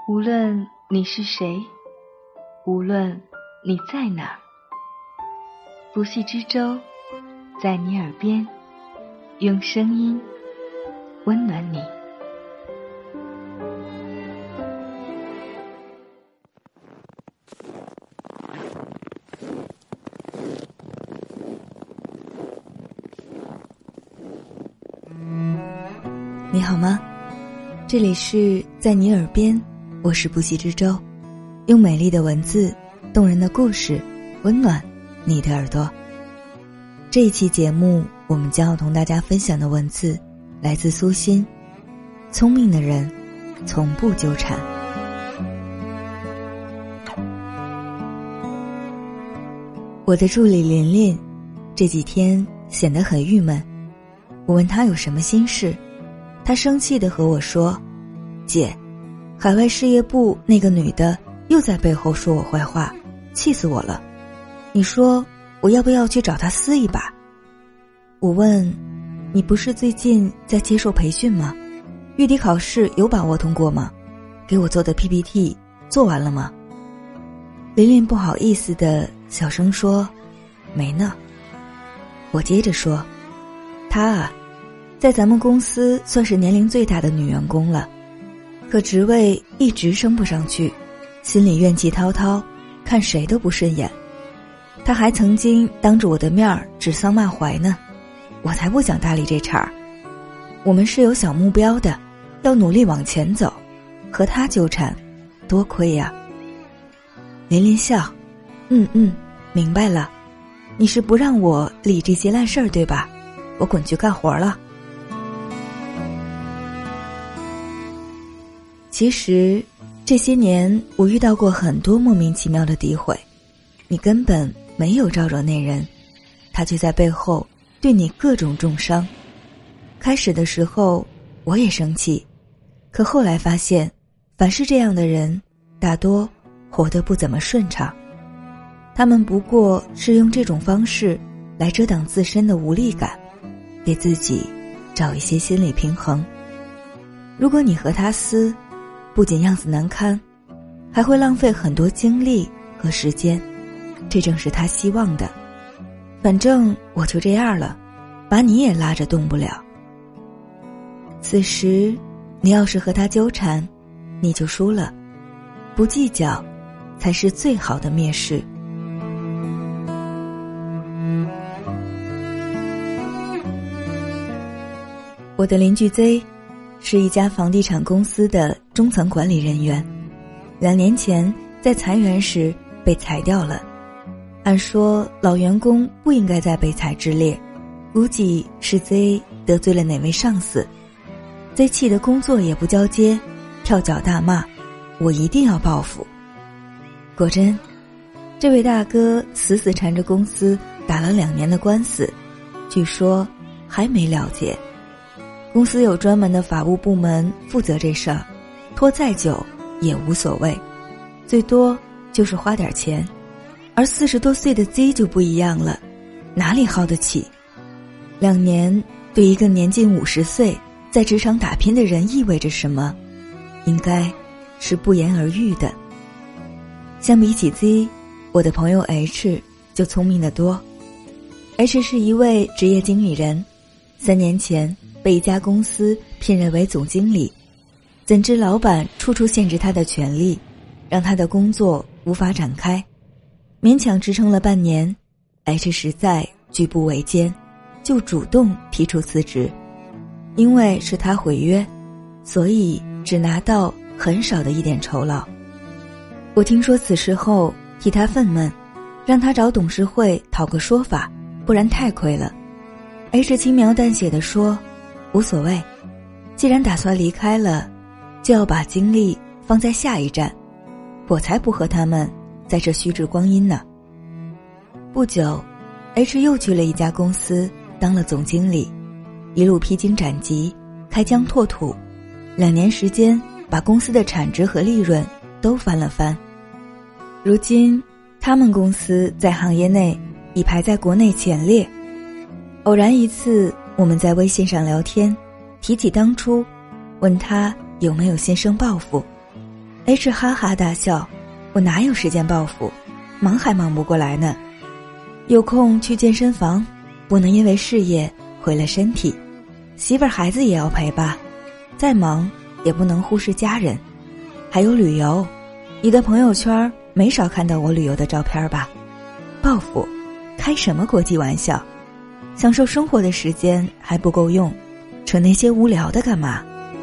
无论你是谁，无论你在哪儿，不系之舟在你耳边，用声音温暖你。 你好吗？这里是在你耳边，我是不系之舟，用美丽的文字、动人的故事温暖你的耳朵。这一期节目，我们将要同大家分享的文字来自苏欣。聪明的人从不纠缠。我的助理琳琳这几天显得很郁闷，我问她有什么心事，她生气地和我说，姐，海外事业部那个女的又在背后说我坏话，气死我了，你说我要不要去找她撕一把？我问，你不是最近在接受培训吗？月底考试有把握通过吗？给我做的 PPT 做完了吗？琳琳不好意思地小声说，没呢。我接着说，她啊，在咱们公司算是年龄最大的女员工了，可职位一直升不上去，心里怨气滔滔，看谁都不顺眼。她还曾经当着我的面指桑骂槐呢，我才不想搭理这茬儿。我们是有小目标的，要努力往前走，和她纠缠多亏呀。琳琳笑，明白了，你是不让我理这些烂事儿对吧？我滚去干活了。其实这些年我遇到过很多莫名其妙的诋毁，你根本没有招惹那人，他却在背后对你各种重伤。开始的时候我也生气，可后来发现，凡是这样的人，大多活得不怎么顺畅。他们不过是用这种方式来遮挡自身的无力感，给自己找一些心理平衡。如果你和他撕，不仅样子难堪，还会浪费很多精力和时间，这正是他希望的。反正我就这样了，把你也拉着动不了。此时你要是和他纠缠，你就输了，不计较才是最好的蔑视。我的邻居 Z 是一家房地产公司的中层管理人员，2年前在裁员时被裁掉了。按说老员工不应该在被裁之列，估计是 Z 得罪了哪位上司。Z 气的工作也不交接，跳脚大骂，我一定要报复。果真，这位大哥死死缠着公司打了2年的官司，据说还没了结。公司有专门的法务部门负责这事儿，拖再久也无所谓，最多就是花点钱。而40多岁的 Z 就不一样了，哪里耗得起？2年对一个年近50岁在职场打拼的人意味着什么？应该是不言而喻的。相比起 Z， 我的朋友 H 就聪明得多。H 是一位职业经理人，3年前被一家公司聘任为总经理，怎知老板处处限制他的权利，让他的工作无法展开，勉强支撑了半年。 H 实在举步维艰，就主动提出辞职。因为是他毁约，所以只拿到很少的一点酬劳。我听说此事后替他愤懑，让他找董事会讨个说法，不然太亏了。 H 轻描淡写地说，无所谓，既然打算离开了，就要把精力放在下一站，我才不和他们在这虚掷光阴呢。不久 H 又去了一家公司当了总经理，一路披荆斩棘，开疆拓土，2年时间把公司的产值和利润都翻了番。如今他们公司在行业内已排在国内前列。偶然一次我们在微信上聊天，提起当初，问他有没有心生报复。 H 哈哈大笑，我哪有时间报复，忙还忙不过来呢。有空去健身房，不能因为事业毁了身体，媳妇儿孩子也要陪吧，再忙也不能忽视家人。还有旅游，你的朋友圈没少看到我旅游的照片吧？报复？开什么国际玩笑？享受生活的时间还不够用，扯那些无聊的干嘛？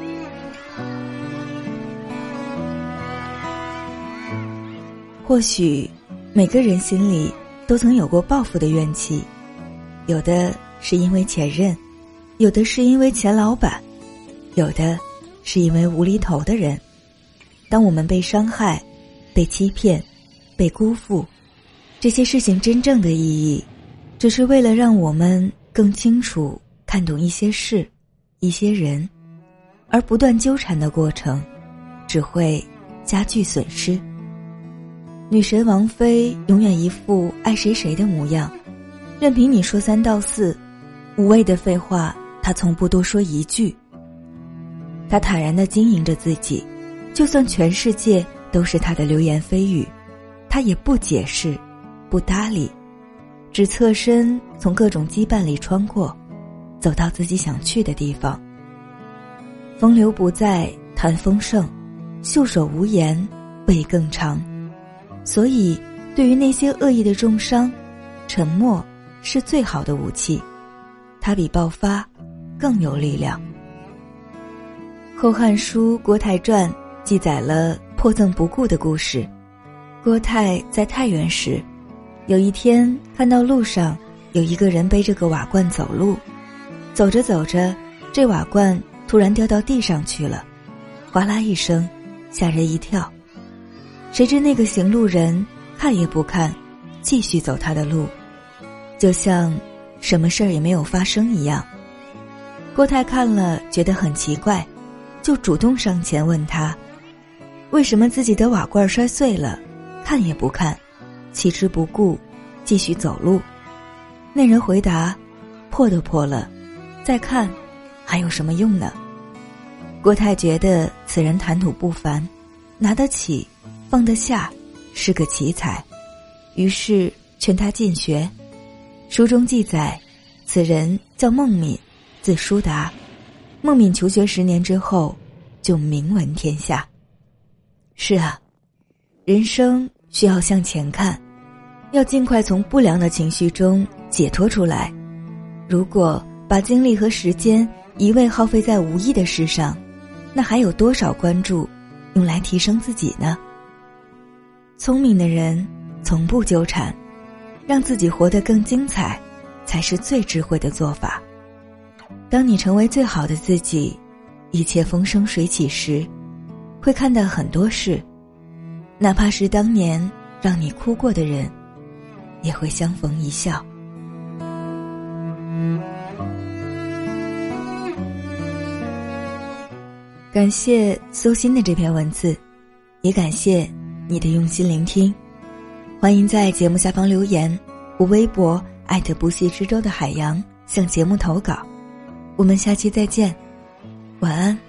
或许每个人心里都曾有过报复的怨气，有的是因为前任，有的是因为前老板，有的是因为无厘头的人。当我们被伤害、被欺骗、被辜负，这些事情真正的意义，只是为了让我们更清楚看懂一些事、一些人，而不断纠缠的过程，只会加剧损失。女神王菲永远一副爱谁谁的模样，任凭你说3道4，无谓的废话她从不多说一句。她坦然地经营着自己，就算全世界都是她的流言蜚语，她也不解释，不搭理，只侧身从各种羁绊里穿过，走到自己想去的地方。风流不在谈丰盛，袖手无言味更长。所以对于那些恶意的重伤，沉默是最好的武器，它比爆发更有力量。《后汉书·郭泰传》记载了破赠不顾的故事。郭泰在太原时，有一天看到路上有一个人背着个瓦罐走路，走着走着，这瓦罐突然掉到地上去了，哗啦一声，吓人一跳。谁知那个行路人看也不看，继续走他的路，就像什么事儿也没有发生一样。郭泰看了觉得很奇怪，就主动上前问他，为什么自己的瓦罐摔碎了，看也不看，弃之不顾，继续走路。那人回答，破都破了，再看还有什么用呢？郭泰觉得此人谈吐不凡，拿得起放得下，是个奇才，于是劝他进学。书中记载，此人叫孟敏，字叔达。孟敏求学10年之后，就名闻天下。是啊，人生需要向前看，要尽快从不良的情绪中解脱出来。如果把精力和时间一味耗费在无益的事上，那还有多少关注用来提升自己呢？聪明的人从不纠缠，让自己活得更精彩，才是最智慧的做法。当你成为最好的自己，一切风生水起时，会看到很多事，哪怕是当年让你哭过的人，也会相逢一笑。感谢搜心的这篇文字，也感谢你的用心聆听。欢迎在节目下方留言，或微博不系之舟的海洋向节目投稿。我们下期再见，晚安。